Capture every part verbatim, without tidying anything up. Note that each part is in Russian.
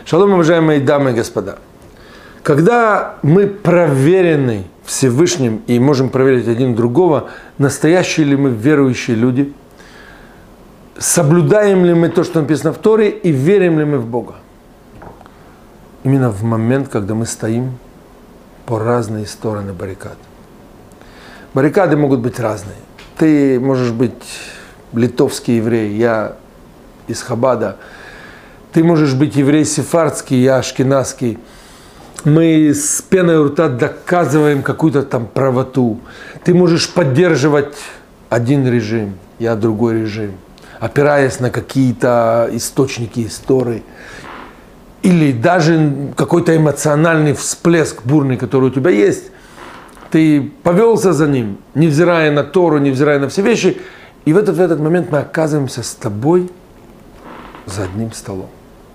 Шалом, уважаемые дамы и господа. Когда мы проверены Всевышним и можем проверить один другого, настоящие ли мы верующие люди, соблюдаем ли мы то, что написано в Торе, и верим ли мы в Бога. Именно в момент, когда мы стоим по разные стороны баррикад. Баррикады могут быть разные. Ты можешь быть литовский еврей, я из Хабада. Ты можешь быть еврей сефардский, я ашкеназский. Мы с пеной у рта доказываем какую-то там правоту. Ты можешь поддерживать один режим, я другой режим, опираясь на какие-то источники истории. Или даже какой-то эмоциональный всплеск бурный, который у тебя есть. Ты повелся за ним, невзирая на Тору, невзирая на все вещи. И в этот, в этот момент мы оказываемся с тобой за одним столом.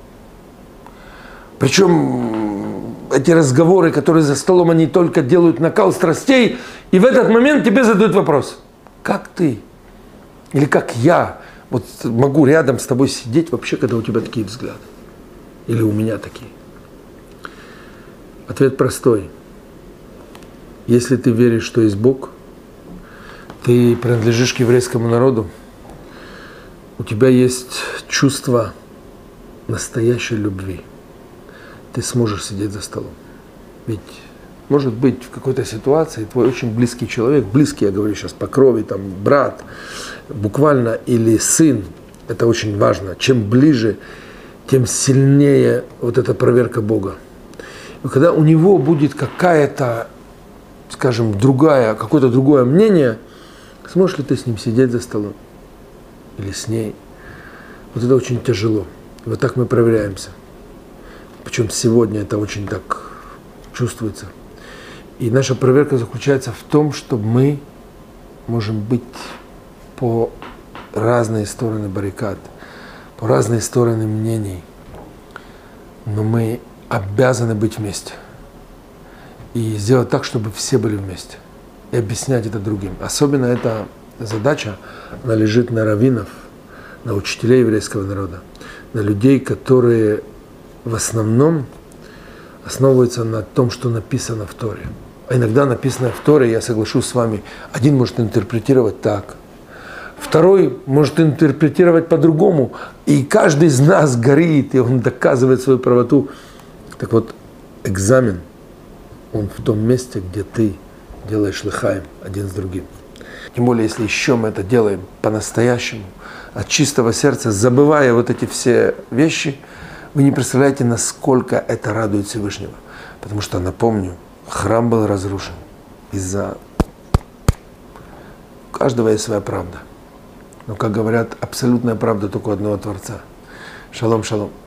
Причем эти разговоры, которые за столом, они только делают накал страстей. И в этот момент тебе задают вопрос. Как ты? Или как я вот могу рядом с тобой сидеть вообще, когда у тебя такие взгляды? Или у меня такие? Ответ простой. Если ты веришь, что есть Бог, ты принадлежишь к еврейскому народу, у тебя есть чувство настоящей любви, ты сможешь сидеть за столом. Ведь, может быть, в какой-то ситуации твой очень близкий человек, близкий, я говорю сейчас по крови, там, брат, буквально, или сын, это очень важно. Чем ближе, тем сильнее вот эта проверка Бога. И когда у него будет какая-то, скажем, другая, какое-то другое мнение, сможешь ли ты с ним сидеть за столом? Или с ней? Вот это очень тяжело. И вот так мы проверяемся. Причем сегодня это очень так чувствуется. И наша проверка заключается в том, что мы можем быть по разные стороны баррикад, по разные стороны мнений, но мы обязаны быть вместе. И сделать так, чтобы все были вместе. И объяснять это другим. Особенно эта задача, она лежит на раввинов, на учителей еврейского народа, на людей, которые в основном основываются на том, что написано в Торе. А иногда написанное в Торе, я соглашусь с вами, один может интерпретировать так, второй может интерпретировать по-другому. И каждый из нас горит, и он доказывает свою правоту. Так вот, экзамен, он в том месте, где ты делаешь лихаим один с другим. Тем более, если еще мы это делаем по-настоящему, от чистого сердца, забывая вот эти все вещи, вы не представляете, насколько это радует Всевышнего. Потому что, напомню, храм был разрушен из-за... У каждого есть своя правда. Но, как говорят, абсолютная правда только у одного Творца. Шалом, шалом.